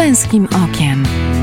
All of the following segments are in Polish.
Męskim okiem.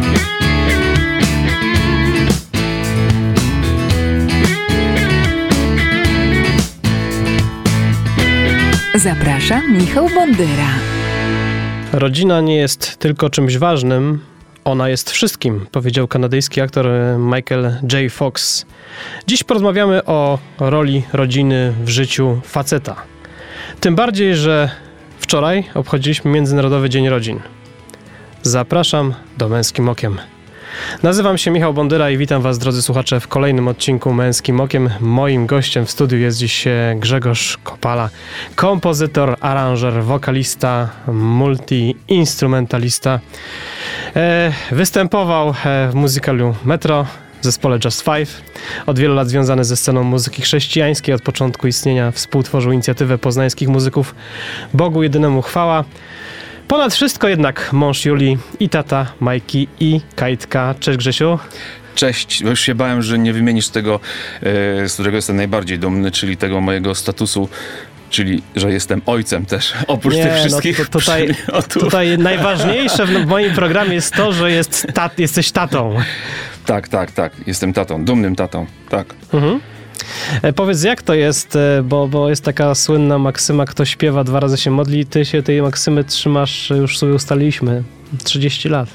Zaprasza Michał Bondyra. Rodzina nie jest tylko czymś ważnym, ona jest wszystkim, powiedział kanadyjski aktor Michael J. Fox. Dziś porozmawiamy o roli rodziny w życiu faceta. Tym bardziej, że wczoraj obchodziliśmy Międzynarodowy Dzień Rodzin. Zapraszam do Męskim Okiem. Nazywam się Michał Bondyra i witam was, drodzy słuchacze, w kolejnym odcinku Męskim Okiem. Moim gościem w studiu jest dziś Grzegorz Kopala, kompozytor, aranżer, wokalista, multi-instrumentalista. Występował w musicalu Metro, w zespole Just Five. Od wielu lat związany ze sceną muzyki chrześcijańskiej. Od początku istnienia współtworzył inicjatywę poznańskich muzyków Bogu Jedynemu Chwała. Ponad wszystko jednak mąż Julii i tata Majki i Kajtka. Cześć Grzesiu. Cześć, już się bałem, że nie wymienisz tego, z którego jestem najbardziej dumny, czyli tego mojego statusu, czyli że jestem ojcem też, oprócz tych wszystkich tutaj najważniejsze w moim programie jest to, że jesteś tatą. Tak, jestem tatą, dumnym tatą, tak. Mhm. Powiedz, jak to jest, bo jest taka słynna maksyma, kto śpiewa 2 razy się modli, ty się tej maksymy trzymasz, już sobie ustaliliśmy, 30 lat.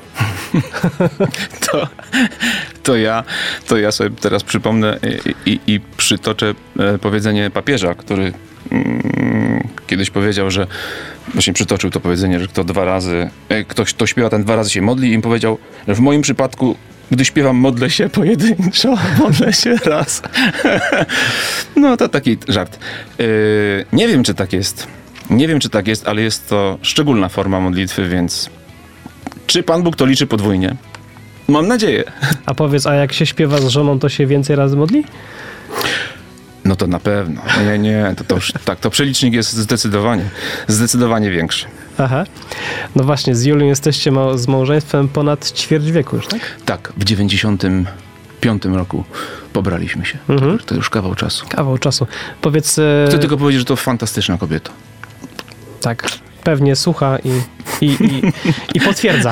To ja sobie teraz przypomnę i przytoczę powiedzenie papieża, który kiedyś powiedział, że właśnie przytoczył to powiedzenie, że ktoś, kto śpiewa, ten 2 razy się modli, i im powiedział, że w moim przypadku, gdy śpiewam, modlę się pojedynczo, modlę się raz. No to taki żart. Nie wiem, czy tak jest, ale jest to szczególna forma modlitwy, więc czy Pan Bóg to liczy podwójnie? Mam nadzieję. A powiedz, a jak się śpiewa z żoną, to się więcej razy modli? No to na pewno. Nie, to już tak, to przelicznik jest zdecydowanie większy. Aha. No właśnie, z Julią jesteście z małżeństwem ponad ćwierć wieku już, tak? Tak, w 95 roku pobraliśmy się. Mhm. To już kawał czasu. Powiedz... Chcę tylko powiedzieć, że to fantastyczna kobieta. Tak, pewnie słucha i potwierdza.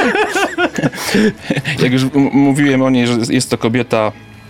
Jak już mówiłem o niej, że jest to kobieta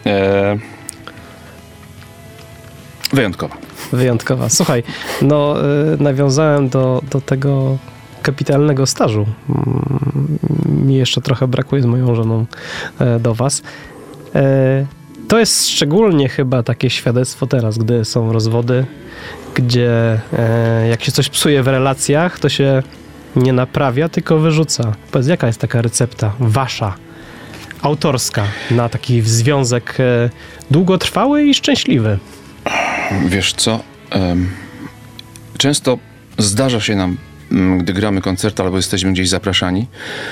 wyjątkowa. Słuchaj, nawiązałem do tego kapitalnego stażu. Mi jeszcze trochę brakuje z moją żoną do was. To jest szczególnie chyba takie świadectwo teraz, gdy są rozwody, gdzie jak się coś psuje w relacjach, to się nie naprawia, tylko wyrzuca. Powiedz, jaka jest taka recepta wasza, autorska, na taki związek długotrwały i szczęśliwy? Wiesz co? Często zdarza się nam, gdy gramy koncerty albo jesteśmy gdzieś zapraszani,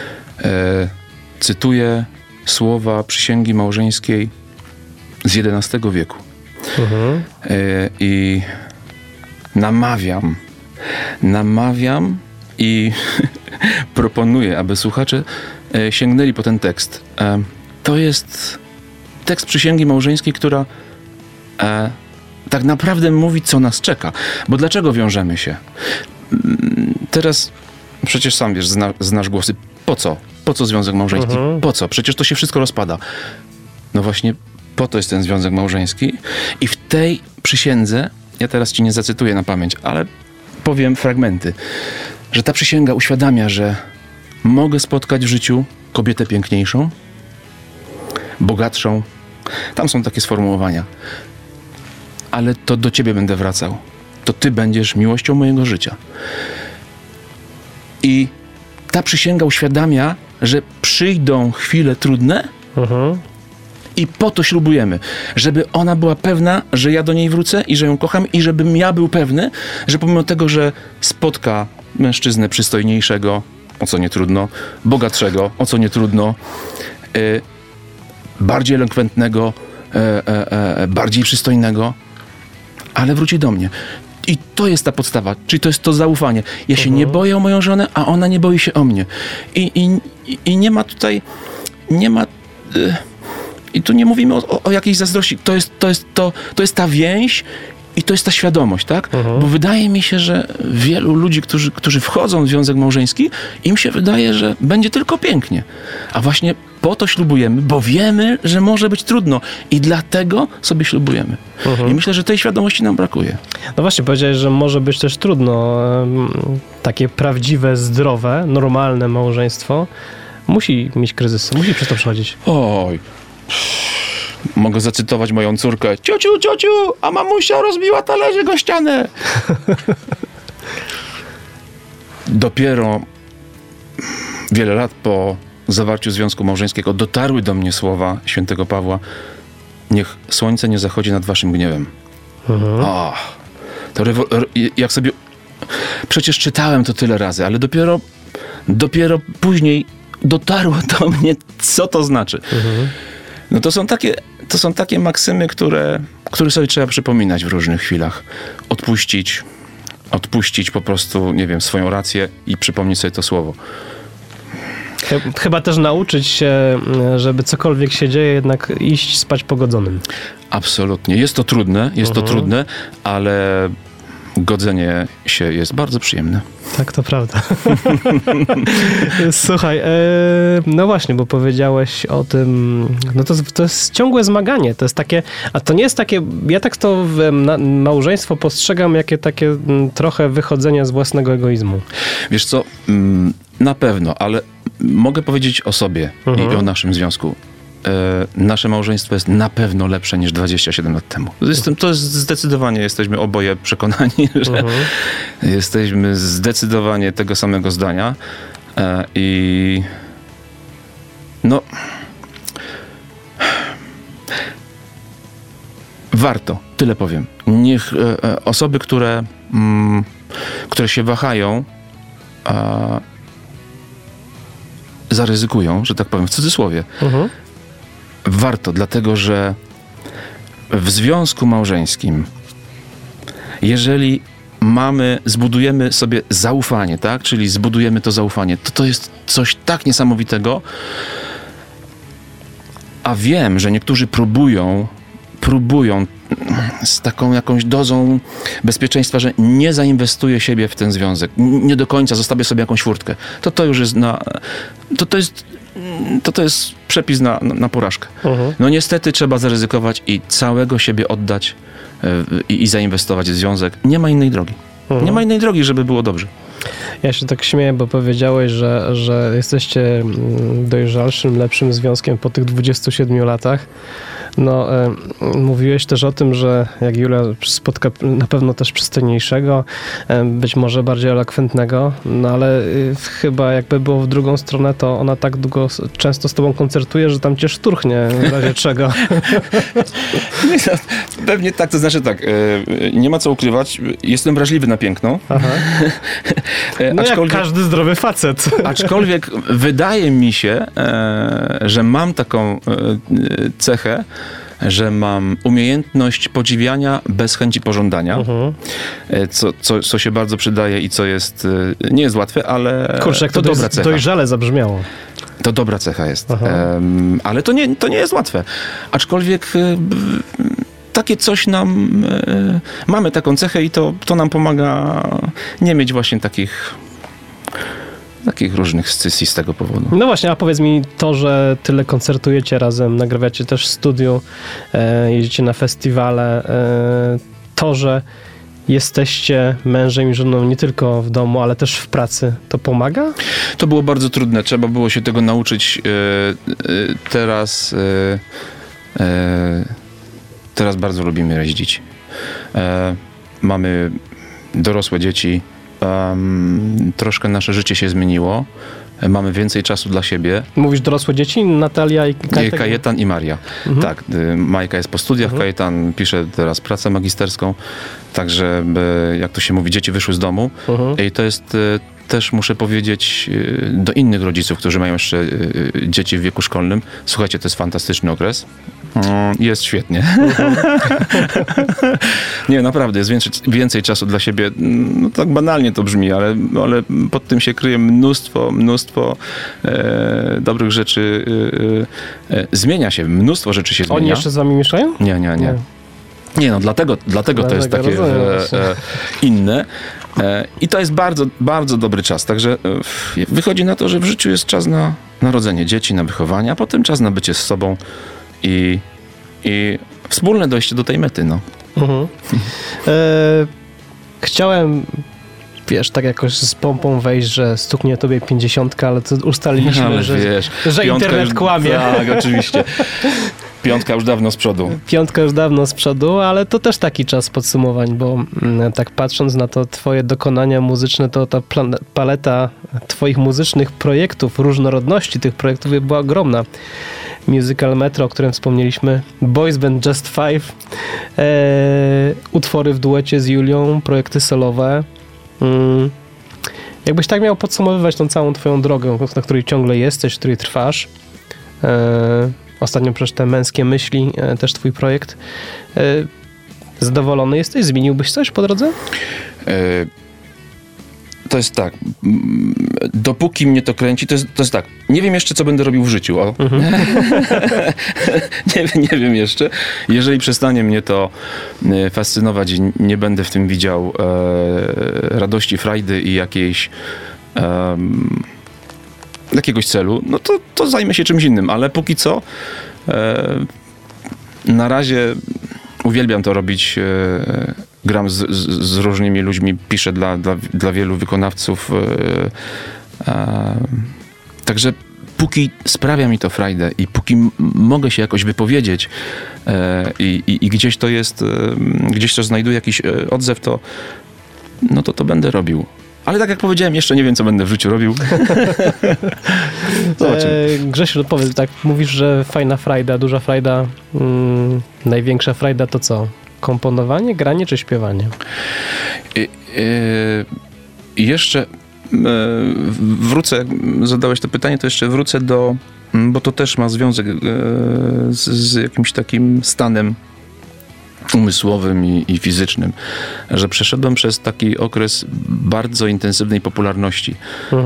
cytuję słowa przysięgi małżeńskiej z XI wieku. Mhm. I namawiam i proponuję, aby słuchacze sięgnęli po ten tekst. To jest tekst przysięgi małżeńskiej, która tak naprawdę mówi, co nas czeka. Bo dlaczego wiążemy się? Teraz przecież sam wiesz, znasz głosy. Po co? Po co związek małżeński? Uh-huh. Po co? Przecież to się wszystko rozpada. No właśnie po to jest ten związek małżeński. I w tej przysiędze, ja teraz ci nie zacytuję na pamięć, ale powiem fragmenty, że ta przysięga uświadamia, że mogę spotkać w życiu kobietę piękniejszą, bogatszą. Tam są takie sformułowania. Ale to do ciebie będę wracał. To ty będziesz miłością mojego życia. I ta przysięga uświadamia, że przyjdą chwile trudne i po to ślubujemy. Żeby ona była pewna, że ja do niej wrócę i że ją kocham, i żebym ja był pewny, że pomimo tego, że spotka mężczyznę przystojniejszego, o co nie trudno, bogatszego, o co nie trudno, bardziej elokwentnego, bardziej przystojnego, ale wróci do mnie. I to jest ta podstawa, czyli to jest to zaufanie. Ja się nie boję o moją żonę, a ona nie boi się o mnie. I nie ma tutaj, i tu nie mówimy o jakiejś zazdrości. To jest ta więź I to jest ta świadomość, tak? Bo wydaje mi się, że wielu ludzi, którzy wchodzą w związek małżeński, im się wydaje, że będzie tylko pięknie. A właśnie po to ślubujemy, bo wiemy, że może być trudno. I dlatego sobie ślubujemy. I myślę, że tej świadomości nam brakuje. No właśnie, powiedziałeś, że może być też trudno. Takie prawdziwe, zdrowe, normalne małżeństwo musi mieć kryzys, musi przez to przechodzić. Oj. Mogę zacytować moją córkę. Ciociu, a mamusia rozbiła talerze gościane. Dopiero wiele lat po zawarciu związku małżeńskiego dotarły do mnie słowa świętego Pawła: niech słońce nie zachodzi nad waszym gniewem. To jak sobie... Przecież czytałem to tyle razy, ale dopiero później dotarło do mnie, co to znaczy. No to są takie maksymy, które sobie trzeba przypominać w różnych chwilach. Odpuścić po prostu, nie wiem, swoją rację i przypomnieć sobie to słowo. Chyba też nauczyć się, żeby cokolwiek się dzieje, jednak iść spać pogodzonym. Absolutnie. Jest to trudne, ale godzenie się jest bardzo przyjemne. Tak, to prawda. Słuchaj, no właśnie, bo powiedziałeś o tym, no to jest ciągłe zmaganie, to jest takie, a to nie jest takie, ja tak to małżeństwo postrzegam, jakie takie trochę wychodzenie z własnego egoizmu. Wiesz co, na pewno, ale mogę powiedzieć o sobie i o naszym związku. Nasze małżeństwo jest na pewno lepsze niż 27 lat temu. To jest zdecydowanie, jesteśmy oboje przekonani, że jesteśmy zdecydowanie tego samego zdania i no warto, tyle powiem. Niech osoby, które się wahają, zaryzykują, że tak powiem, w cudzysłowie. Warto, dlatego że w związku małżeńskim, jeżeli zbudujemy sobie zaufanie, tak? Czyli zbudujemy to zaufanie, to jest coś tak niesamowitego, a wiem, że niektórzy próbują z taką jakąś dozą bezpieczeństwa, że nie zainwestuje siebie w ten związek, nie do końca zostawię sobie jakąś furtkę. To już jest to jest przepis na porażkę. No niestety trzeba zaryzykować i całego siebie oddać i zainwestować w związek. Nie ma innej drogi. Nie ma innej drogi, żeby było dobrze. Ja się tak śmieję, bo powiedziałeś, że jesteście dojrzalszym, lepszym związkiem po tych 27 latach. No, mówiłeś też o tym, że jak Julia spotka na pewno też przystojniejszego, być może bardziej elokwentnego, no ale chyba jakby było w drugą stronę, to ona tak długo, często z tobą koncertuje, że tam cię szturchnie w razie czego. Pewnie tak, to znaczy tak, nie ma co ukrywać, jestem wrażliwy na piękno. No jak każdy zdrowy facet. Aczkolwiek wydaje mi się, że mam taką cechę, że mam umiejętność podziwiania bez chęci pożądania, co się bardzo przydaje i co jest, nie jest łatwe, ale kurczę, jak to dobra cecha. Dojrzale zabrzmiało. To dobra cecha jest, ale to nie jest łatwe. Aczkolwiek takie coś mamy taką cechę i to nam pomaga nie mieć właśnie takich różnych scysji z tego powodu. No właśnie, a powiedz mi to, że tyle koncertujecie razem, nagrywacie też w studiu, jeździcie na festiwale, to, że jesteście mężem i żoną nie tylko w domu, ale też w pracy, to pomaga? To było bardzo trudne, trzeba było się tego nauczyć. Teraz bardzo lubimy jeździć. Mamy dorosłe dzieci. Troszkę nasze życie się zmieniło. Mamy więcej czasu dla siebie. Mówisz dorosłe dzieci? Natalia i Kajetan i Maria. Tak, Majka jest po studiach, Kajetan pisze teraz pracę magisterską. Także, jak to się mówi, dzieci wyszły z domu. I to jest też, muszę powiedzieć, do innych rodziców, którzy mają jeszcze dzieci w wieku szkolnym. Słuchajcie, to jest fantastyczny okres. Jest świetnie. Nie, naprawdę, jest więcej czasu dla siebie. No, tak banalnie to brzmi, ale pod tym się kryje mnóstwo dobrych rzeczy. Zmienia się, mnóstwo rzeczy się zmienia. Oni jeszcze z wami mieszkają? Nie. Nie no, dlatego to jest takie inne. I to jest bardzo, bardzo dobry czas. Także wychodzi na to, że w życiu jest czas na narodzenie dzieci, na wychowanie, a potem czas na bycie z sobą i wspólne dojście do tej mety. No. Chciałem, wiesz, tak jakoś z pompą wejść, że stuknie tobie 50, ale to ustaliliśmy, że internet już, kłamie. Tak, oczywiście. 5 już dawno z przodu. 5 już dawno z przodu, ale to też taki czas podsumowań, bo tak patrząc na to twoje dokonania muzyczne, to ta paleta twoich muzycznych projektów, różnorodności tych projektów była ogromna. Musical Metro, o którym wspomnieliśmy, Boys Band Just Five, utwory w duecie z Julią, projekty solowe. Jakbyś tak miał podsumowywać tą całą twoją drogę, na której ciągle jesteś, w której trwasz. Ostatnio przecież te Męskie Myśli, też twój projekt. Zadowolony jesteś? Zmieniłbyś coś po drodze? To jest tak, dopóki mnie to kręci, to jest tak, nie wiem jeszcze, co będę robił w życiu. Nie wiem jeszcze. Jeżeli przestanie mnie to fascynować i nie będę w tym widział radości, frajdy i jakiegoś celu, no to zajmę się czymś innym, ale póki co na razie uwielbiam to robić. Gram z różnymi ludźmi, piszę dla wielu wykonawców. Także póki sprawia mi to frajdę i póki mogę się jakoś wypowiedzieć i gdzieś to jest, gdzieś to znajduje jakiś odzew, to będę robił. Ale tak jak powiedziałem, jeszcze nie wiem, co będę w życiu robił. Zobaczymy. Grzesiu, powiedz, tak mówisz, że fajna frajda, duża frajda, największa frajda to co? Komponowanie, granie czy śpiewanie? Jeszcze wrócę, jak zadałeś to pytanie, to jeszcze wrócę bo to też ma związek z jakimś takim stanem umysłowym i fizycznym, że przeszedłem przez taki okres bardzo intensywnej popularności,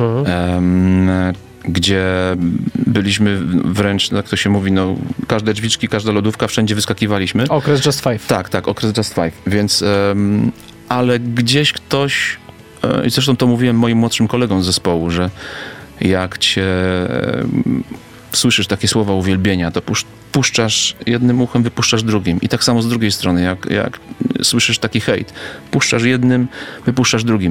gdzie byliśmy wręcz, jak to się mówi, każde drzwiczki, każda lodówka, wszędzie wyskakiwaliśmy. Okres Just Five. Tak, okres Just Five. Więc, ale gdzieś ktoś, i zresztą to mówiłem moim młodszym kolegom z zespołu, że jak słyszysz takie słowa uwielbienia, to puszczasz jednym uchem, wypuszczasz drugim. I tak samo z drugiej strony, jak słyszysz taki hejt, puszczasz jednym, wypuszczasz drugim.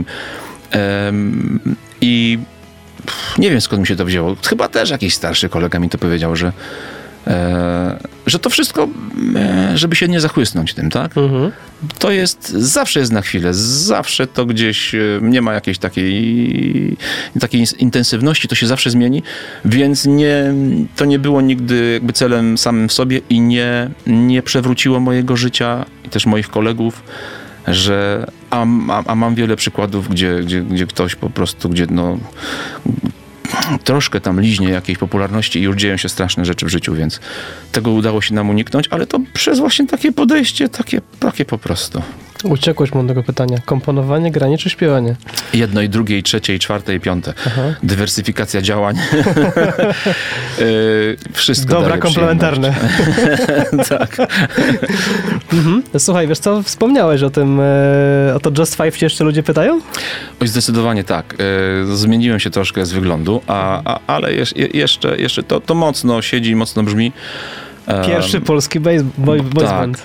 I nie wiem, skąd mi się to wzięło. Chyba też jakiś starszy kolega mi to powiedział, że to wszystko, żeby się nie zachłysnąć tym, tak? Zawsze jest na chwilę, zawsze to gdzieś nie ma jakiejś takiej intensywności, to się zawsze zmieni, więc to nie było nigdy jakby celem samym w sobie i nie przewróciło mojego życia i też moich kolegów, a mam wiele przykładów, gdzie ktoś po prostu, troszkę tam liźnie jakiejś popularności i już dzieją się straszne rzeczy w życiu, więc tego udało się nam uniknąć, ale to przez właśnie takie podejście, takie po prostu. Uciekłeś mu od tego pytania. Komponowanie, granie czy śpiewanie? Jedno i drugie, i trzecie, i czwarte, i piąte. Aha. Dywersyfikacja działań. Wszystko dobra, komplementarne. Tak. Słuchaj, wiesz co, wspomniałeś o tym, o to Just Five cię jeszcze ludzie pytają? Oj, zdecydowanie tak. Zmieniłem się troszkę z wyglądu, ale jeszcze to mocno siedzi, mocno brzmi. Pierwszy polski boys band.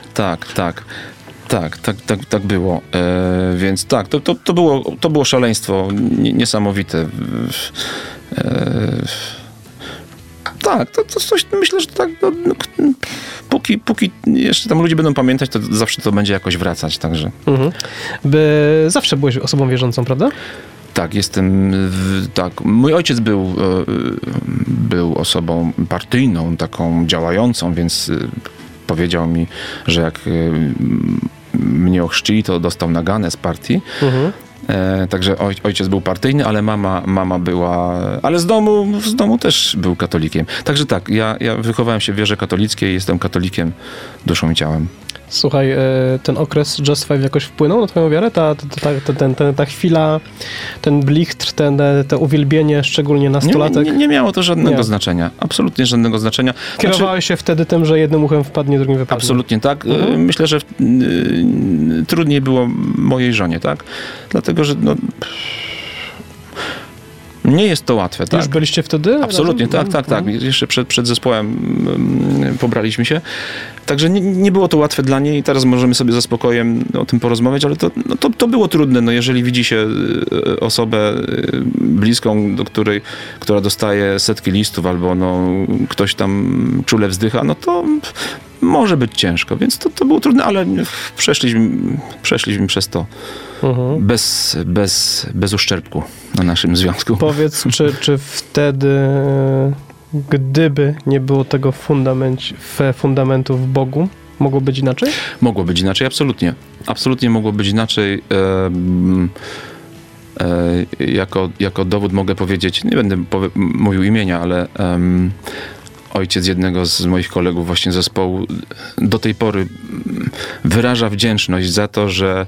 Tak było. Więc tak, to było szaleństwo niesamowite. Tak, to coś, myślę, że tak, póki jeszcze tam ludzie będą pamiętać, to zawsze to będzie jakoś wracać, także. Zawsze byłeś osobą wierzącą, prawda? Tak, tak. Mój ojciec był osobą partyjną, taką działającą, więc powiedział mi, że jak mnie ochrzcili, to dostał naganę z partii. Także ojciec był partyjny, ale mama była... Ale z domu też był katolikiem. Także tak, ja wychowałem się w wierze katolickiej, jestem katolikiem duszą i ciałem. Słuchaj, ten okres Just Five jakoś wpłynął na twoją wiarę? Ta chwila, ten blichtr, to uwielbienie, szczególnie nastolatek? Nie miało to żadnego znaczenia. Absolutnie żadnego znaczenia. Kierowałeś się wtedy tym, że jednym uchem wpadnie, drugim wypadnie? Absolutnie tak. Myślę, że trudniej było mojej żonie, tak? Dlatego, że nie jest to łatwe, tak? Już byliście wtedy? Absolutnie, tak. Jeszcze przed zespołem pobraliśmy się. Także nie było to łatwe dla niej. Teraz możemy sobie ze spokojem o tym porozmawiać, ale to było trudne. Jeżeli widzi się osobę bliską, która dostaje setki listów, albo ktoś tam czule wzdycha, to może być ciężko. Więc to było trudne, ale przeszliśmy przez to bez uszczerbku na naszym związku. Powiedz, czy wtedy, gdyby nie było tego fundamentu w Bogu, mogło być inaczej? Mogło być inaczej, absolutnie. Absolutnie mogło być inaczej. Jako dowód mogę powiedzieć, nie będę mówił imienia, ale ojciec jednego z moich kolegów właśnie zespołu do tej pory wyraża wdzięczność za to,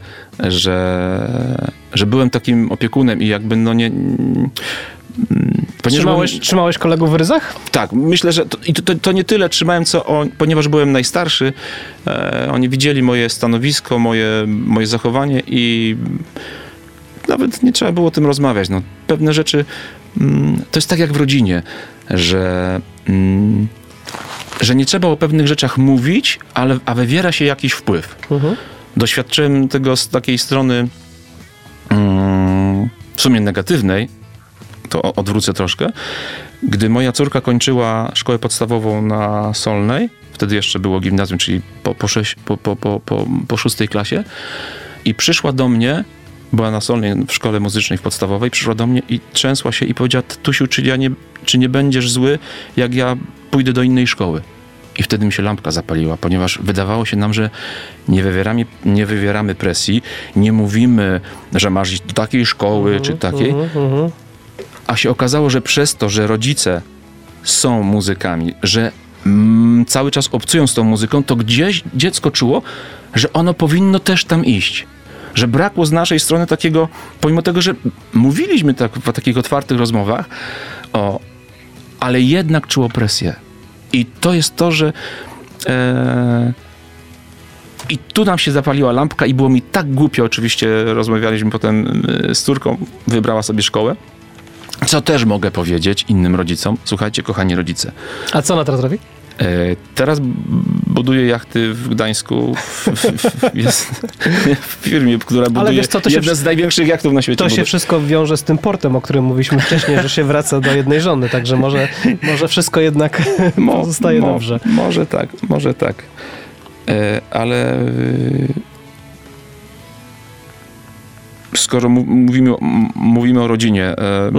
że byłem takim opiekunem i jakby Trzymałeś kolegów w ryzach? Tak, myślę, że to nie tyle trzymałem, ponieważ byłem najstarszy, oni widzieli moje stanowisko, moje zachowanie i nawet nie trzeba było o tym rozmawiać. Pewne rzeczy, to jest tak jak w rodzinie, że nie trzeba o pewnych rzeczach mówić, a wywiera się jakiś wpływ. Doświadczyłem tego z takiej strony w sumie negatywnej, to odwrócę troszkę. Gdy moja córka kończyła szkołę podstawową na Solnej, wtedy jeszcze było gimnazjum, czyli po 6 klasie, i przyszła do mnie, była na Solnej w szkole muzycznej w podstawowej, przyszła do mnie i trzęsła się i powiedziała: Tusiu, czy nie będziesz zły, jak ja pójdę do innej szkoły? I wtedy mi się lampka zapaliła, ponieważ wydawało się nam, że nie wywieramy presji, nie mówimy, że masz iść do takiej szkoły czy takiej, a się okazało, że przez to, że rodzice są muzykami, że cały czas obcują z tą muzyką, to gdzieś dziecko czuło, że ono powinno też tam iść. Że brakło z naszej strony takiego, pomimo tego, że mówiliśmy w takich otwartych rozmowach, ale jednak czuło presję. I to jest to, że i tu nam się zapaliła lampka i było mi tak głupio. Oczywiście rozmawialiśmy potem z córką, wybrała sobie szkołę. Co też mogę powiedzieć innym rodzicom. Słuchajcie, kochani rodzice. A co ona teraz robi? Teraz buduje jachty w Gdańsku, jest w firmie, która buduje jedne z największych jachtów na świecie. To się wszystko wiąże z tym portem, o którym mówiliśmy wcześniej, że się wraca do jednej żony, także może wszystko jednak pozostaje dobrze. Może tak. Ale skoro mówimy o rodzinie,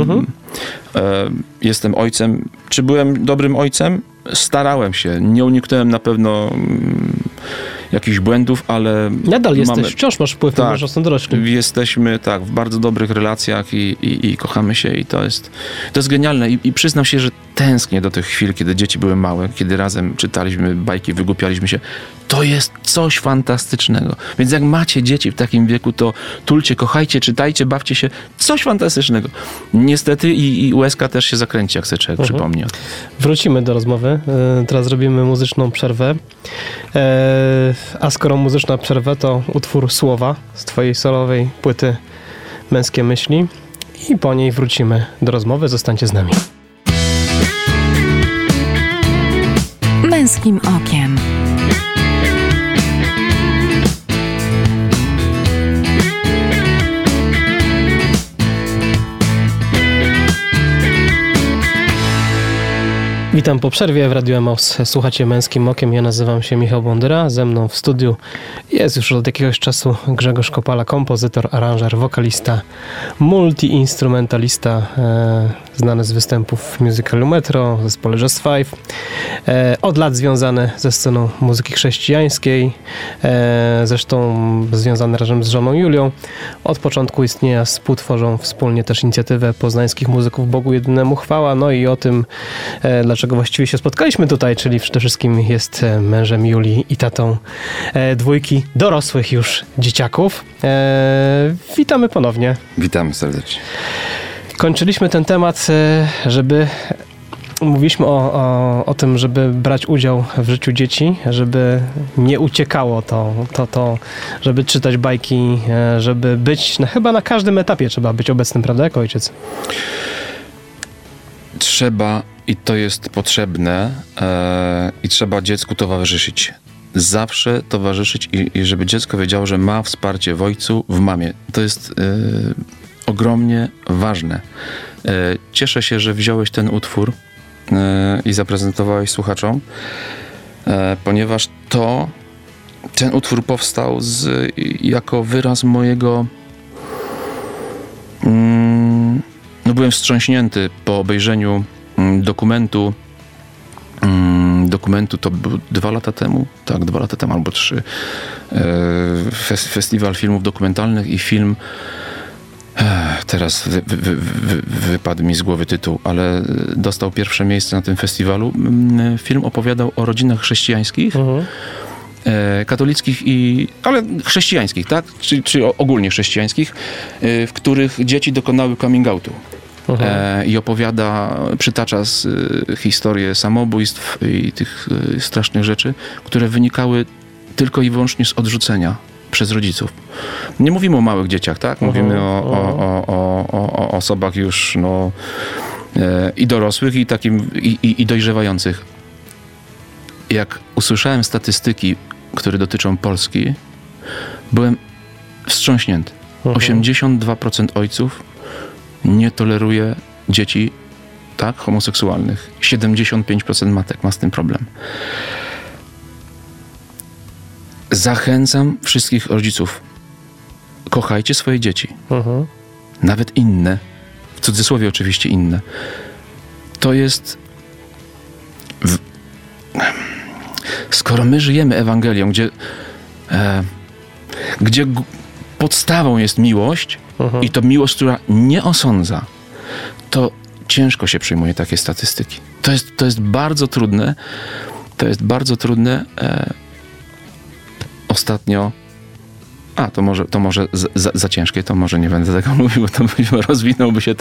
jestem ojcem. Czy byłem dobrym ojcem? Starałem się. Nie uniknąłem na pewno jakichś błędów, ale... Nadal jesteś, wciąż masz wpływ, tak, że są dorośli. Jesteśmy w bardzo dobrych relacjach i kochamy się i to jest genialne. I przyznam się, że tęsknię do tych chwil, kiedy dzieci były małe, kiedy razem czytaliśmy bajki, wygłupialiśmy się. To jest coś fantastycznego. Więc jak macie dzieci w takim wieku, to tulcie, kochajcie, czytajcie, bawcie się. Coś fantastycznego. Niestety i łezka też się zakręci, jak sobie człowiek przypomni o tym. Wrócimy do rozmowy. Teraz zrobimy muzyczną przerwę. A skoro muzyczna przerwa, to utwór Słowa z twojej solowej płyty Męskie Myśli. I po niej wrócimy do rozmowy. Zostańcie z nami. Męskim okiem. Witam po przerwie w Radio Emaus. Słuchacie Męskim Okiem. Ja nazywam się Michał Bondyra. Ze mną w studiu jest już od jakiegoś czasu Grzegorz Kopala, kompozytor, aranżer, wokalista, multiinstrumentalista, znany z występów w musicalu Metro, w zespole Just Five. Od lat związany ze sceną muzyki chrześcijańskiej, zresztą związany razem z żoną Julią. Od początku istnienia współtworzą wspólnie też inicjatywę poznańskich muzyków Bogu Jedynemu Chwała. No i o tym, dlaczego właściwie się spotkaliśmy tutaj, czyli przede wszystkim jest mężem Julii i tatą dwójki dorosłych już dzieciaków. Witamy ponownie. Witamy serdecznie. Kończyliśmy ten temat, żeby... Mówiliśmy o tym, żeby brać udział w życiu dzieci, żeby nie uciekało to, żeby czytać bajki, żeby być... chyba na każdym etapie trzeba być obecnym, prawda, jako ojciec? Trzeba i to jest potrzebne i trzeba dziecku towarzyszyć. Zawsze towarzyszyć i żeby dziecko wiedziało, że ma wsparcie w ojcu, w mamie. To jest ogromnie ważne. Cieszę się, że wziąłeś ten utwór i zaprezentowałeś słuchaczom, ponieważ ten utwór powstał jako wyraz mojego... byłem wstrząśnięty po obejrzeniu dokumentu to było 2 lata temu, tak, 2 lata temu albo 3. Festiwal filmów dokumentalnych i film, teraz wypadł mi z głowy tytuł, ale dostał pierwsze miejsce na tym festiwalu. Film opowiadał o rodzinach chrześcijańskich, katolickich ale chrześcijańskich, tak? Czy ogólnie chrześcijańskich, w których dzieci dokonały coming outu. I przytacza historię samobójstw i tych strasznych rzeczy, które wynikały tylko i wyłącznie z odrzucenia przez rodziców. Nie mówimy o małych dzieciach, tak? Mówimy o osobach już i dorosłych, i dojrzewających. Jak usłyszałem statystyki, które dotyczą Polski, byłem wstrząśnięty. 82% ojców nie toleruje dzieci, tak, homoseksualnych. 75% matek ma z tym problem. Zachęcam wszystkich rodziców. Kochajcie swoje dzieci. Nawet inne. W cudzysłowie oczywiście inne. To jest... Skoro my żyjemy Ewangelią, gdzie podstawą jest miłość, i to miłość, która nie osądza, to ciężko się przyjmuje takie statystyki. To jest bardzo trudne. Ostatnio... to może za ciężkie, to może nie będę tego mówił, bo to rozwinąłby się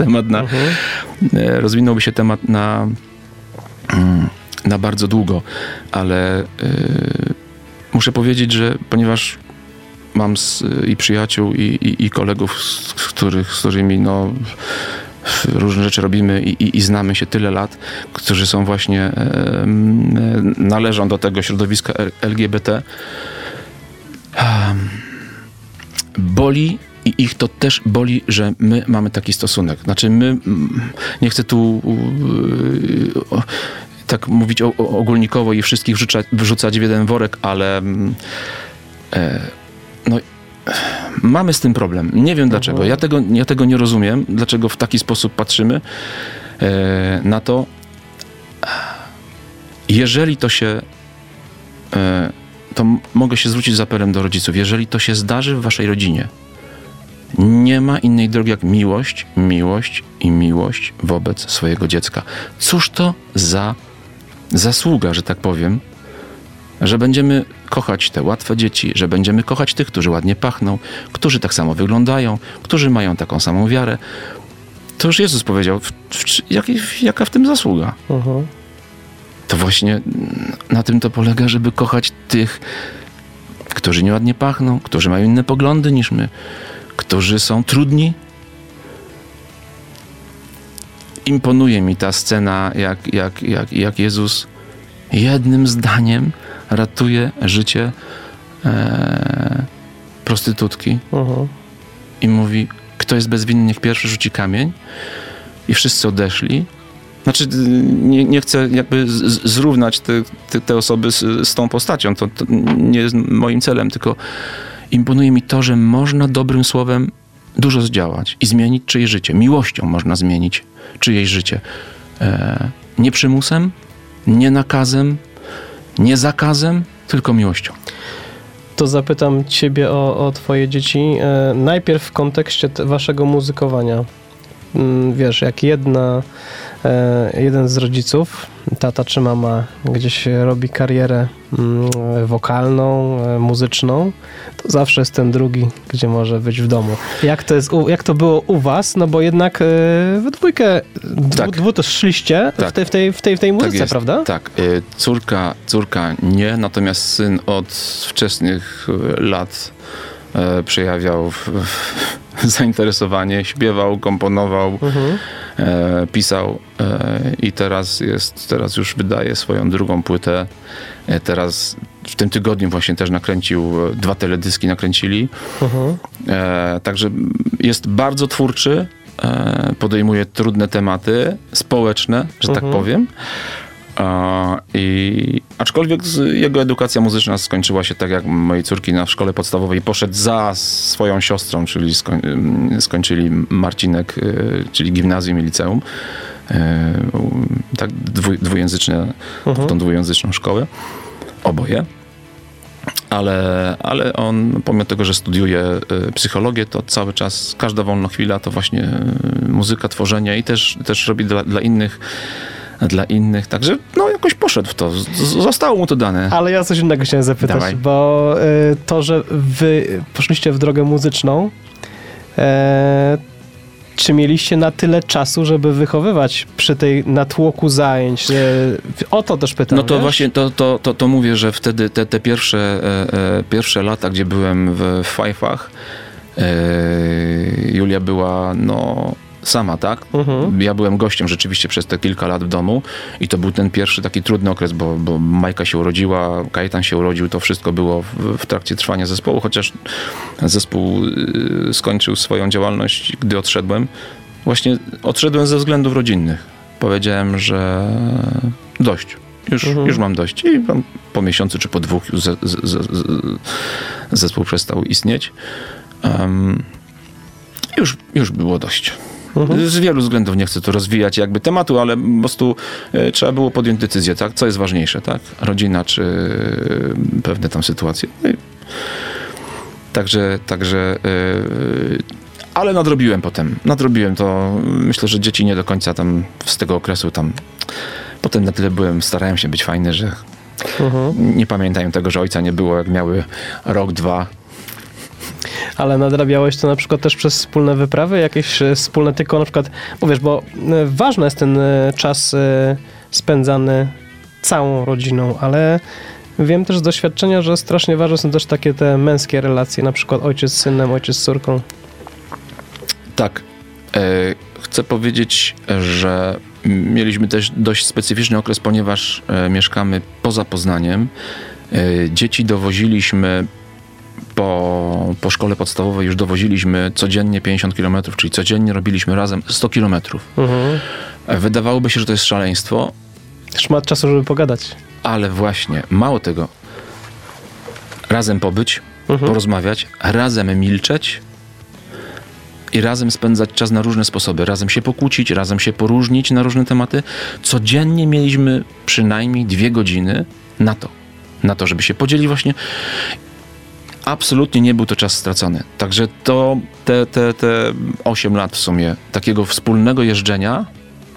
temat na bardzo długo, ale muszę powiedzieć, że ponieważ mam i przyjaciół, i kolegów, z którymi różne rzeczy robimy i znamy się tyle lat, którzy są właśnie, należą do tego środowiska LGBT. Boli i ich to też boli, że my mamy taki stosunek. Znaczy nie chcę tu tak mówić ogólnikowo i wszystkich wrzucać w jeden worek, ale mamy z tym problem. Nie wiem dlaczego. Ja tego nie rozumiem, dlaczego w taki sposób patrzymy na to. Jeżeli to się... to mogę się zwrócić z apelem do rodziców. Jeżeli to się zdarzy w waszej rodzinie, nie ma innej drogi jak miłość, miłość i miłość wobec swojego dziecka. Cóż to za zasługa, że tak powiem, że będziemy kochać te łatwe dzieci, że będziemy kochać tych, którzy ładnie pachną, którzy tak samo wyglądają, którzy mają taką samą wiarę. To już Jezus powiedział, jaka w tym zasługa. To właśnie na tym to polega, żeby kochać tych, którzy nieładnie pachną, którzy mają inne poglądy niż my, którzy są trudni. Imponuje mi ta scena, jak Jezus jednym zdaniem ratuje życie prostytutki i mówi, kto jest bezwinny, niech pierwszy rzuci kamień, i wszyscy odeszli. Znaczy, nie chcę jakby zrównać te osoby z tą postacią, to nie jest moim celem, tylko imponuje mi to, że można dobrym słowem dużo zdziałać i zmienić czyjeś życie. Miłością można zmienić czyjeś życie. Nie przymusem, nie nakazem, nie zakazem, tylko miłością. To zapytam ciebie o twoje dzieci. Najpierw w kontekście waszego muzykowania. Wiesz, jak jeden z rodziców, tata czy mama, gdzieś robi karierę wokalną, muzyczną, to zawsze jest ten drugi, gdzie może być w domu. Jak to było u was? No bo jednak we dwójkę, dwu to szliście w tej muzyce, tak prawda? Tak. Córka nie, natomiast syn od wczesnych lat przejawiał zainteresowanie, śpiewał, komponował, pisał i teraz już wydaje swoją drugą płytę. Teraz w tym tygodniu właśnie też nakręcił, 2 teledyski nakręcili. Także jest bardzo twórczy, podejmuje trudne tematy społeczne, że tak powiem. Aczkolwiek jego edukacja muzyczna skończyła się tak jak mojej córki w szkole podstawowej. Poszedł za swoją siostrą, czyli skończyli Marcinek, czyli gimnazjum i liceum. Tak dwujęzyczne, tą dwujęzyczną szkołę. Oboje. Ale on, pomimo tego, że studiuje psychologię, to cały czas, każda wolna chwila to właśnie muzyka, tworzenie i też robi dla innych, także jakoś poszedł w to. Zostało mu to dane. Ale ja coś innego chciałem zapytać, Dawaj. bo to, że wy poszliście w drogę muzyczną, czy mieliście na tyle czasu, żeby wychowywać przy tej natłoku zajęć? O to też pytam. No to wiesz? właśnie to mówię, że wtedy te pierwsze lata, gdzie byłem w Fajfach, Julia była sama, tak? Ja byłem gościem rzeczywiście przez te kilka lat w domu i to był ten pierwszy taki trudny okres, bo Majka się urodziła, Kajetan się urodził, to wszystko było w trakcie trwania zespołu, chociaż zespół skończył swoją działalność, gdy odszedłem. Właśnie odszedłem ze względów rodzinnych. Powiedziałem, że dość. Już mam dość. I po miesiącu czy po 2 zespół przestał istnieć. Już było dość. Z wielu względów nie chcę tu rozwijać jakby tematu, ale po prostu trzeba było podjąć decyzję, tak? Co jest ważniejsze, tak? Rodzina czy pewne tam sytuacje. Także ale nadrobiłem potem. Nadrobiłem to. Myślę, że dzieci nie do końca tam z tego okresu tam. Potem na tyle starałem się być fajny, że nie pamiętają tego, że ojca nie było, jak miały rok, 2. Ale nadrabiałeś to na przykład też przez wspólne wyprawy, jakieś wspólne tylko na przykład, bo ważny jest ten czas spędzany całą rodziną, ale wiem też z doświadczenia, że strasznie ważne są też takie te męskie relacje, na przykład ojciec z synem, ojciec z córką. Tak. Chcę powiedzieć, że mieliśmy też dość specyficzny okres, ponieważ mieszkamy poza Poznaniem. Dzieci dowoziliśmy po szkole podstawowej, już dowoziliśmy codziennie 50 km, czyli codziennie robiliśmy razem 100 km. Wydawałoby się, że to jest szaleństwo. Szmat czasu, żeby pogadać. Ale właśnie, mało tego. Razem pobyć, porozmawiać, razem milczeć i razem spędzać czas na różne sposoby. Razem się pokłócić, razem się poróżnić na różne tematy. Codziennie mieliśmy przynajmniej 2 godziny na to, żeby się podzielić właśnie. Absolutnie nie był to czas stracony. Także te 8 lat w sumie takiego wspólnego jeżdżenia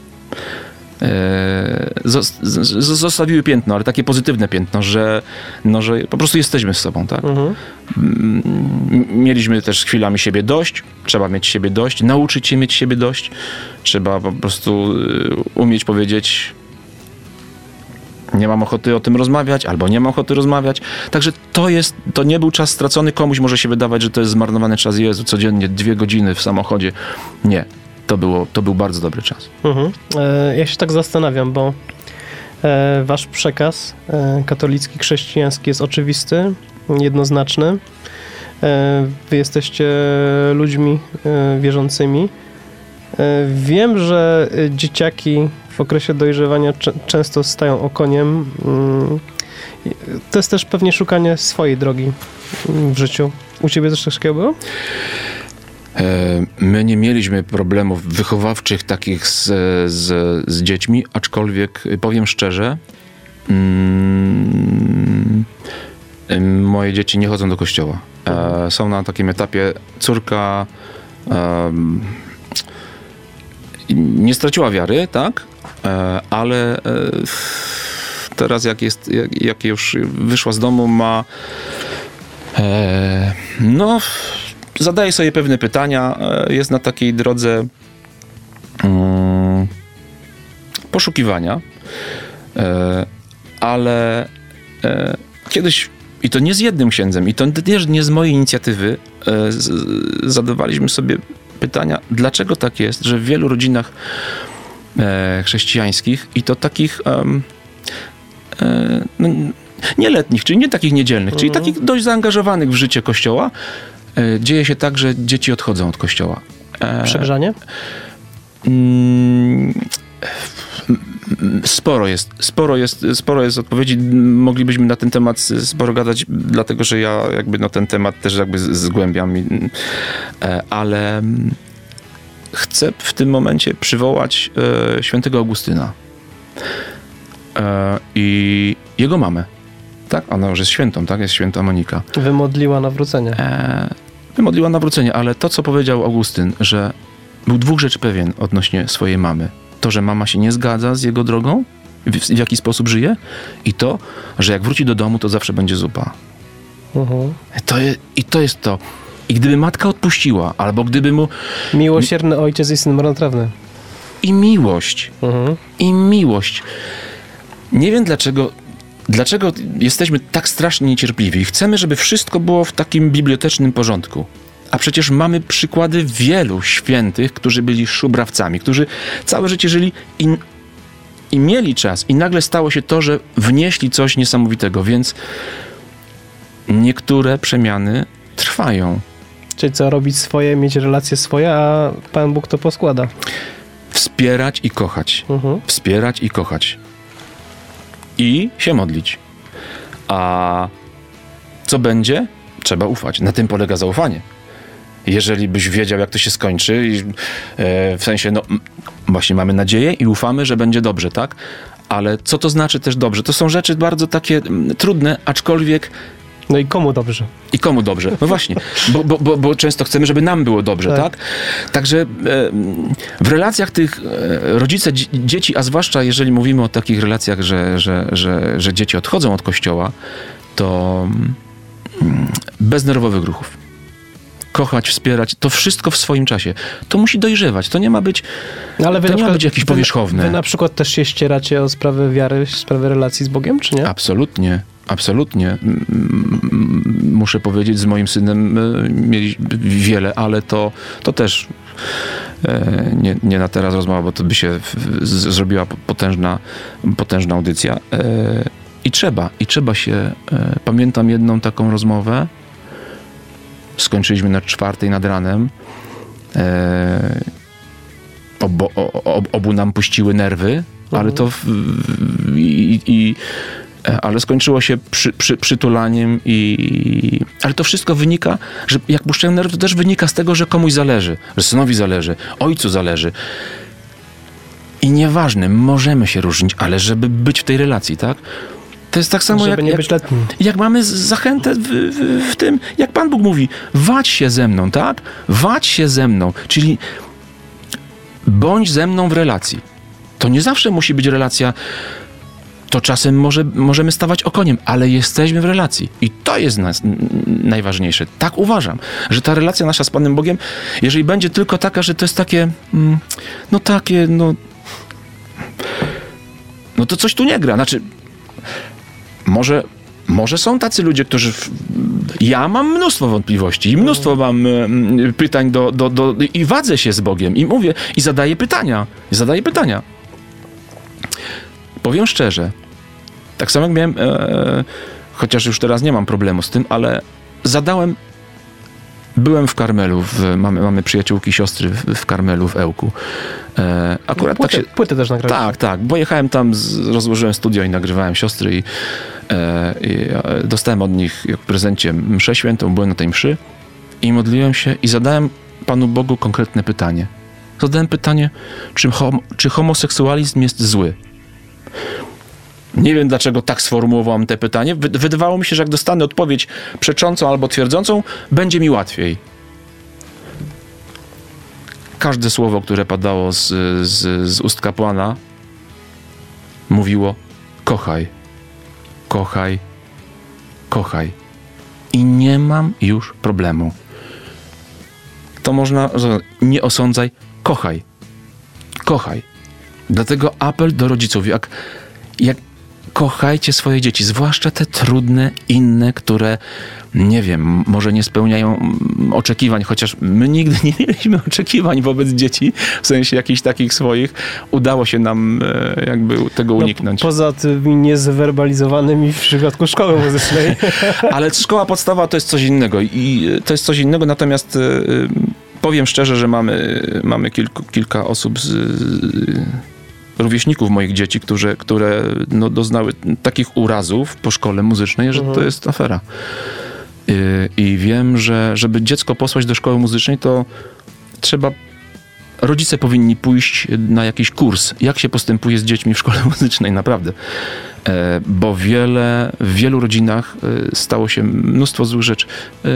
zostawiły piętno, ale takie pozytywne piętno, że po prostu jesteśmy z sobą, tak? Mieliśmy też chwilami siebie dość, trzeba mieć siebie dość, nauczyć się mieć siebie dość, trzeba po prostu umieć powiedzieć: nie mam ochoty o tym rozmawiać, albo nie mam ochoty rozmawiać. Także to nie był czas stracony. Komuś może się wydawać, że to jest zmarnowany czas. Jezu, codziennie 2 godziny w samochodzie. Nie. To był bardzo dobry czas. Ja się tak zastanawiam, bo wasz przekaz katolicki, chrześcijański jest oczywisty, jednoznaczny. Wy jesteście ludźmi wierzącymi. Wiem, że dzieciaki w okresie dojrzewania często stają okoniem. To jest też pewnie szukanie swojej drogi w życiu. U ciebie też coś takiego było? My nie mieliśmy problemów wychowawczych takich z dziećmi, aczkolwiek powiem szczerze, moje dzieci nie chodzą do kościoła. Są na takim etapie, córka nie straciła wiary, tak? Ale teraz jak już wyszła z domu, zadaje sobie pewne pytania, jest na takiej drodze poszukiwania, ale kiedyś, i to nie z jednym księdzem, i to też nie z mojej inicjatywy, zadawaliśmy sobie pytania, dlaczego tak jest, że w wielu rodzinach chrześcijańskich, i to takich nieletnich, czyli nie takich niedzielnych, czyli takich dość zaangażowanych w życie Kościoła, dzieje się tak, że dzieci odchodzą od Kościoła. Przegrzanie? Sporo jest odpowiedzi. Moglibyśmy na ten temat sporo gadać, dlatego że ja ten temat też zgłębiam. Ale chcę w tym momencie przywołać świętego Augustyna i jego mamę. Tak? Ona już jest świętą, tak? Jest święta Monika. Wymodliła nawrócenie. Wymodliła nawrócenie, ale to, co powiedział Augustyn, że był dwóch rzeczy pewien odnośnie swojej mamy. To, że mama się nie zgadza z jego drogą, w jaki sposób żyje, i to, że jak wróci do domu, to zawsze będzie zupa. To jest to. I gdyby matka odpuściła, albo gdyby mu... Miłosierny ojciec i syn marnotrawny. I miłość. I miłość. Nie wiem dlaczego jesteśmy tak strasznie niecierpliwi. Chcemy, żeby wszystko było w takim bibliotecznym porządku. A przecież mamy przykłady wielu świętych, którzy byli szubrawcami, którzy całe życie żyli i mieli czas. I nagle stało się to, że wnieśli coś niesamowitego. Więc niektóre przemiany trwają. Czyli co, robić swoje, mieć relacje swoje, a Pan Bóg to poskłada. Wspierać i kochać. Wspierać i kochać. I się modlić. A co będzie? Trzeba ufać. Na tym polega zaufanie. Jeżeli byś wiedział, jak to się skończy, w sensie, właśnie mamy nadzieję i ufamy, że będzie dobrze, tak? Ale co to znaczy też dobrze? To są rzeczy bardzo takie trudne, aczkolwiek... No i komu dobrze? I komu dobrze? No właśnie, bo często chcemy, żeby nam było dobrze, tak? Także w relacjach tych rodzice, dzieci, a zwłaszcza jeżeli mówimy o takich relacjach, że dzieci odchodzą od Kościoła, to bez nerwowych ruchów. Kochać, wspierać, to wszystko w swoim czasie. To musi dojrzewać, to nie ma być, ale to nie ma być jakieś powierzchowne. Wy na przykład też się ścieracie o sprawy wiary, sprawy relacji z Bogiem, czy nie? Absolutnie. Absolutnie. Muszę powiedzieć, z moim synem mieli wiele, ale to też nie na teraz rozmowa, bo to by się zrobiła potężna audycja. I trzeba się... Pamiętam jedną taką rozmowę. Skończyliśmy na 4:00 nad ranem. Obu nam puściły nerwy, ale to ale skończyło się przytulaniem ale to wszystko wynika, że jak puszczają nerwy, to też wynika z tego, że komuś zależy, że synowi zależy, ojcu zależy. I nieważne, możemy się różnić, ale żeby być w tej relacji, tak? To jest tak samo, jak mamy zachętę w tym, jak Pan Bóg mówi, wadź się ze mną, tak? Wadź się ze mną, czyli bądź ze mną w relacji. To nie zawsze musi być relacja, to czasem możemy stawać okoniem, ale jesteśmy w relacji. I to jest najważniejsze. Tak uważam, że ta relacja nasza z Panem Bogiem, jeżeli będzie tylko taka, że to jest takie, no to coś tu nie gra. Znaczy, może są tacy ludzie, którzy... Ja mam mnóstwo wątpliwości i mnóstwo mam pytań i wadzę się z Bogiem i mówię, i zadaję pytania. Powiem szczerze, tak samo jak miałem, chociaż już teraz nie mam problemu z tym, ale byłem w Karmelu, mamy przyjaciółki, siostry w Karmelu, w Ełku. Akurat płytę też nagrałem. Tak, bo jechałem tam, rozłożyłem studio i nagrywałem siostry i dostałem od nich jak w prezencie mszę świętą, byłem na tej mszy i modliłem się i zadałem Panu Bogu konkretne pytanie. Zadałem pytanie, czy homoseksualizm jest zły? Nie wiem, dlaczego tak sformułowałem te pytanie. Wydawało mi się, że jak dostanę odpowiedź przeczącą albo twierdzącą, będzie mi łatwiej. Każde słowo, które padało z ust kapłana, mówiło: kochaj, kochaj, kochaj. I nie mam już problemu. To można, nie osądzaj, kochaj, kochaj. Dlatego apel do rodziców, jak kochajcie swoje dzieci, zwłaszcza te trudne, inne, które, nie wiem, może nie spełniają oczekiwań, chociaż my nigdy nie mieliśmy oczekiwań wobec dzieci, w sensie jakichś takich swoich. Udało się nam jakby tego uniknąć. Poza tymi niezwerbalizowanymi w przypadku szkoły muzycznej. Ale szkoła podstawowa to jest coś innego i to jest coś innego, natomiast powiem szczerze, że mamy kilka osób rówieśników moich dzieci, które no, doznały takich urazów po szkole muzycznej, że to jest afera. I wiem, że żeby dziecko posłać do szkoły muzycznej, to rodzice powinni pójść na jakiś kurs, jak się postępuje z dziećmi w szkole muzycznej, naprawdę. Bo w wielu rodzinach stało się mnóstwo złych rzeczy.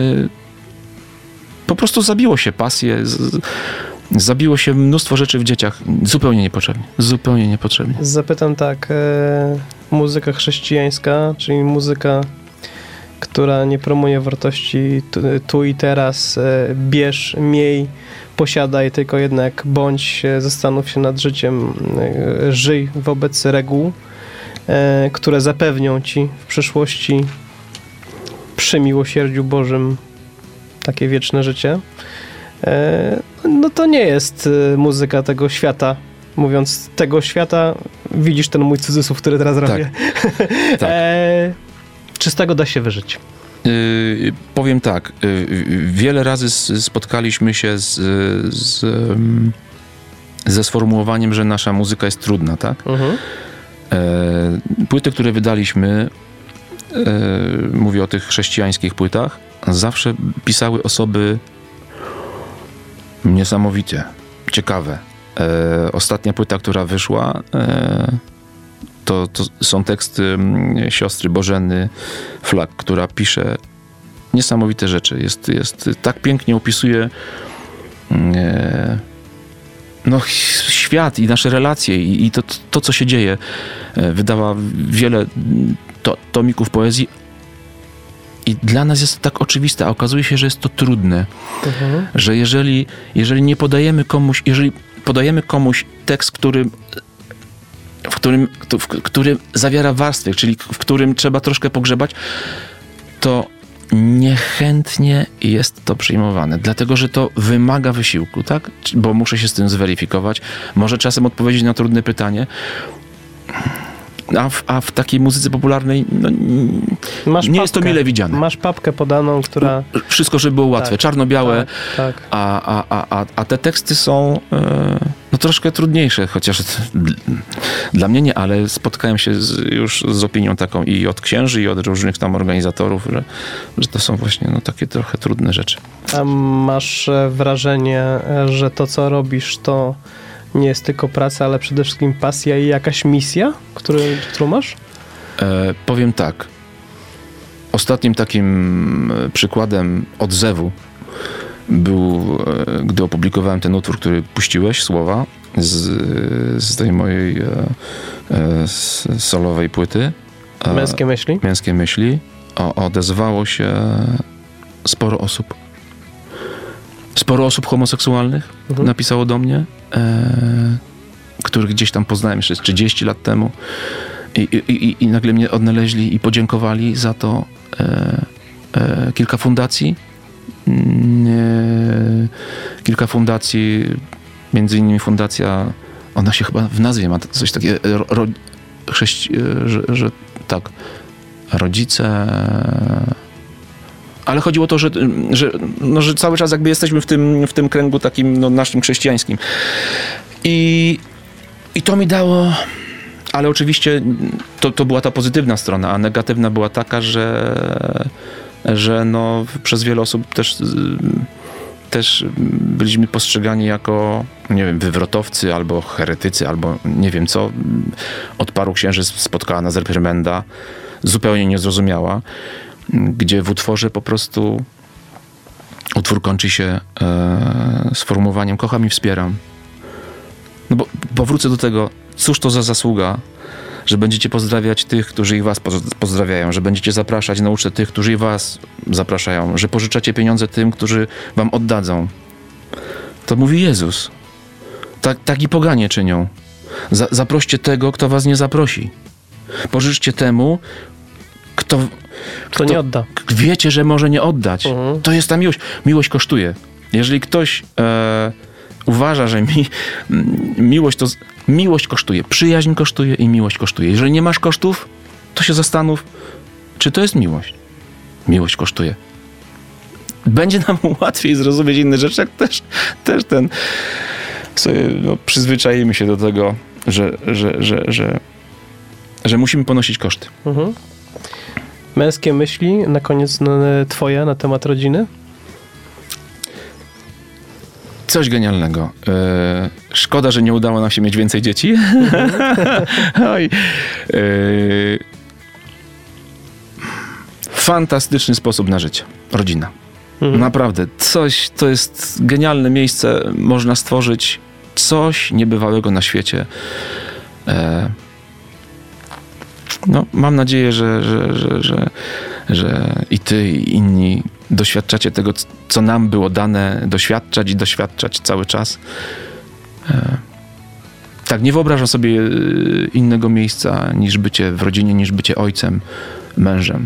Po prostu zabiło się pasję, zabiło się mnóstwo rzeczy w dzieciach. Zupełnie niepotrzebnie. Zupełnie niepotrzebnie. Zapytam tak, muzyka chrześcijańska, czyli muzyka, która nie promuje wartości tu i teraz, bierz, miej, posiadaj, tylko jednak bądź, zastanów się nad życiem, żyj wobec reguł, które zapewnią ci w przyszłości przy miłosierdziu Bożym takie wieczne życie. No to nie jest muzyka tego świata. Mówiąc tego świata, widzisz ten mój cudzysłów, który teraz robię. Tak. Czy z tego da się wyżyć? Powiem tak. Wiele razy spotkaliśmy się ze sformułowaniem, że nasza muzyka jest trudna, tak? Płyty, które wydaliśmy, mówię o tych chrześcijańskich płytach, zawsze pisały osoby niesamowicie ciekawe. Ostatnia płyta, która wyszła, to są teksty siostry Bożeny Flak, która pisze niesamowite rzeczy. Jest tak pięknie opisuje świat i nasze relacje i to co się dzieje. Wydała wiele tomików poezji. I dla nas jest to tak oczywiste, a okazuje się, że jest to trudne. Że jeżeli nie podajemy komuś, jeżeli podajemy komuś tekst, który zawiera warstwy, czyli w którym trzeba troszkę pogrzebać, to niechętnie jest to przyjmowane. Dlatego, że to wymaga wysiłku, tak? Bo muszę się z tym zweryfikować. Może czasem odpowiedzieć na trudne pytanie. A w takiej muzyce popularnej nie jest to mile widziane. Masz papkę podaną, która... Wszystko, żeby było łatwe, czarno-białe, tak. A te teksty są troszkę trudniejsze, chociaż dla mnie nie, ale spotkałem się już z opinią taką i od księży, i od różnych tam organizatorów, że to są właśnie takie trochę trudne rzeczy. A masz wrażenie, że to, co robisz, to nie jest tylko praca, ale przede wszystkim pasja i jakaś misja, którą masz? Powiem tak. Ostatnim takim przykładem odzewu był, gdy opublikowałem ten utwór, który puściłeś, słowa z tej mojej solowej płyty. Męskie myśli? Męskie myśli. Odezwało się sporo osób. Sporo osób homoseksualnych napisało do mnie, których gdzieś tam poznałem jeszcze 30 lat temu i nagle mnie odnaleźli i podziękowali za to. Kilka fundacji, między innymi fundacja, ona się chyba w nazwie ma coś takiego, że tak, rodzice... Ale chodziło o to, że cały czas jakby jesteśmy w tym kręgu takim naszym chrześcijańskim. I to mi dało... Ale oczywiście to była ta pozytywna strona, a negatywna była taka, że przez wiele osób też też byliśmy postrzegani jako, nie wiem, wywrotowcy albo heretycy, albo nie wiem co. Od paru księży spotkała nas reprymenda zupełnie niezrozumiała, gdzie w utworze po prostu utwór kończy się sformułowaniem kocham i wspieram. No bo powrócę do tego, cóż to za zasługa, że będziecie pozdrawiać tych, którzy i was pozdrawiają, że będziecie zapraszać na ucztę tych, którzy i was zapraszają, że pożyczacie pieniądze tym, którzy wam oddadzą. To mówi Jezus. Tak i poganie czynią. Zaproście tego, kto was nie zaprosi. Pożyczcie temu, kto nie odda. Wiecie, że może nie oddać. To jest ta miłość. Miłość kosztuje. Jeżeli ktoś uważa, że miłość kosztuje, przyjaźń kosztuje i miłość kosztuje. Jeżeli nie masz kosztów, to się zastanów, czy to jest miłość. Miłość kosztuje. Będzie nam łatwiej zrozumieć inne rzeczy, jak też ten sobie, przyzwyczajimy się do tego, że musimy ponosić koszty. Męskie myśli, na koniec twoje na temat rodziny? Coś genialnego. Szkoda, że nie udało nam się mieć więcej dzieci. Oj. Fantastyczny sposób na życie. Rodzina. Naprawdę. To jest genialne miejsce. Można stworzyć coś niebywałego na świecie. Mam nadzieję, że i ty, i inni doświadczacie tego, co nam było dane doświadczać i doświadczać cały czas. Tak, nie wyobrażam sobie innego miejsca niż bycie w rodzinie, niż bycie ojcem, mężem.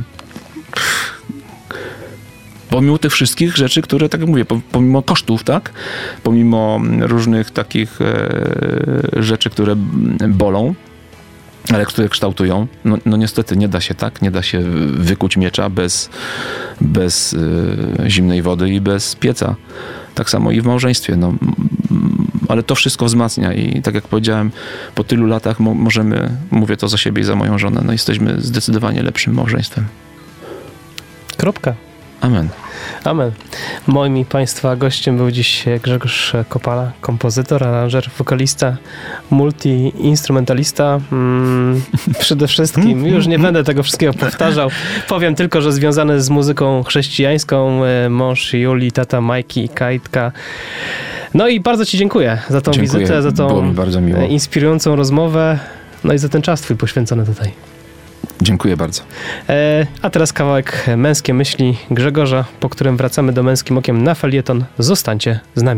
Pomimo tych wszystkich rzeczy, które, tak jak mówię, pomimo kosztów, tak? Pomimo różnych takich rzeczy, które bolą, ale które kształtują. No niestety nie da się tak, nie da się wykuć miecza bez zimnej wody i bez pieca. Tak samo i w małżeństwie. Ale to wszystko wzmacnia i tak jak powiedziałem, po tylu latach mówię to za siebie i za moją żonę, jesteśmy zdecydowanie lepszym małżeństwem. Kropka. Amen. Amen. Moim i Państwa gościem był dziś Grzegorz Kopala, kompozytor, aranżer, wokalista, multi-instrumentalista. Przede wszystkim, już nie będę tego wszystkiego powtarzał, powiem tylko, że związany z muzyką chrześcijańską, mąż Julii, tata Majki i Kajtka. No i bardzo ci dziękuję za tą wizytę, za tą było mi bardzo miło. Inspirującą rozmowę, no i za ten czas twój poświęcony tutaj. Dziękuję bardzo. A teraz kawałek Męskie myśli Grzegorza, po którym wracamy do Męskim okiem na felieton. Zostańcie z nami.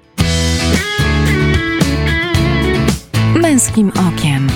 Męskim okiem.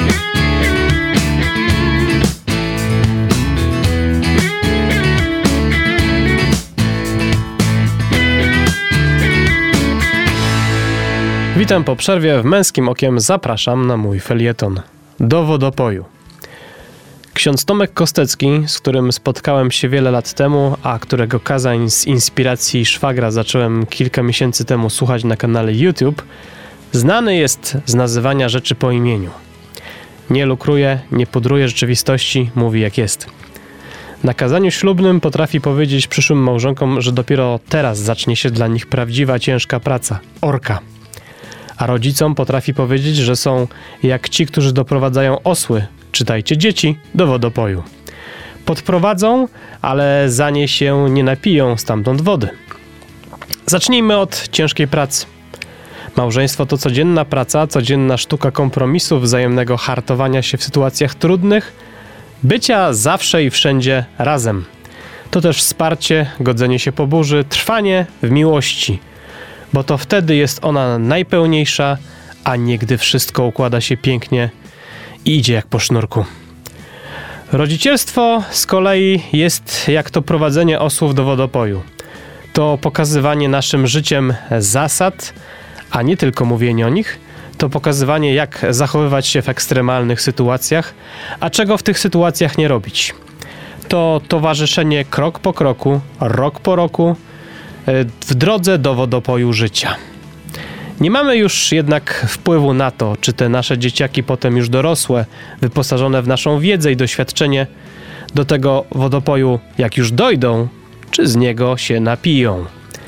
Witam po przerwie. W Męskim okiem zapraszam na mój felieton. Do wodopoju. Ksiądz Tomek Kostecki, z którym spotkałem się wiele lat temu, a którego kazań z inspiracji szwagra zacząłem kilka miesięcy temu słuchać na kanale YouTube, znany jest z nazywania rzeczy po imieniu. Nie lukruje, nie pudruje rzeczywistości, mówi jak jest. Na kazaniu ślubnym potrafi powiedzieć przyszłym małżonkom, że dopiero teraz zacznie się dla nich prawdziwa, ciężka praca. Orka. A rodzicom potrafi powiedzieć, że są jak ci, którzy doprowadzają osły, czytajcie dzieci, do wodopoju. Podprowadzą, ale za nie się nie napiją stamtąd wody. Zacznijmy od ciężkiej pracy. Małżeństwo to codzienna praca, codzienna sztuka kompromisu, wzajemnego hartowania się w sytuacjach trudnych, bycia zawsze i wszędzie razem. To też wsparcie, godzenie się po burzy, trwanie w miłości, bo to wtedy jest ona najpełniejsza, a nie gdy wszystko układa się pięknie i idzie jak po sznurku. Rodzicielstwo z kolei jest jak to prowadzenie osłów do wodopoju. To pokazywanie naszym życiem zasad, a nie tylko mówienie o nich. To pokazywanie, jak zachowywać się w ekstremalnych sytuacjach, a czego w tych sytuacjach nie robić. To towarzyszenie krok po kroku, rok po roku w drodze do wodopoju życia. Nie mamy już jednak wpływu na to, czy te nasze dzieciaki potem już dorosłe, wyposażone w naszą wiedzę i doświadczenie, do tego wodopoju jak już dojdą, czy z niego się napiją.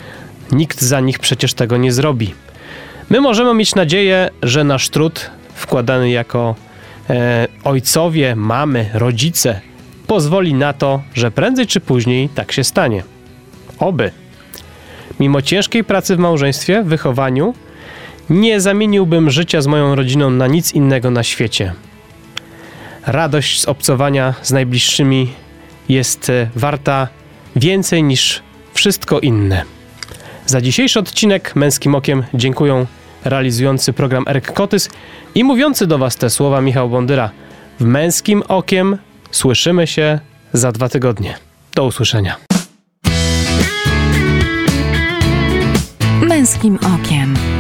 Nikt za nich przecież tego nie zrobi. My możemy mieć nadzieję, że nasz trud, wkładany jako ojcowie, mamy, rodzice, pozwoli na to, że prędzej czy później tak się stanie. Oby. Mimo ciężkiej pracy w małżeństwie, w wychowaniu, nie zamieniłbym życia z moją rodziną na nic innego na świecie. Radość z obcowania z najbliższymi jest warta więcej niż wszystko inne. Za dzisiejszy odcinek Męskim Okiem dziękuję realizujący program Erk Kotys i mówiący do Was te słowa Michał Bondyra. W Męskim Okiem słyszymy się za 2 tygodnie. Do usłyszenia. Męskim Okiem.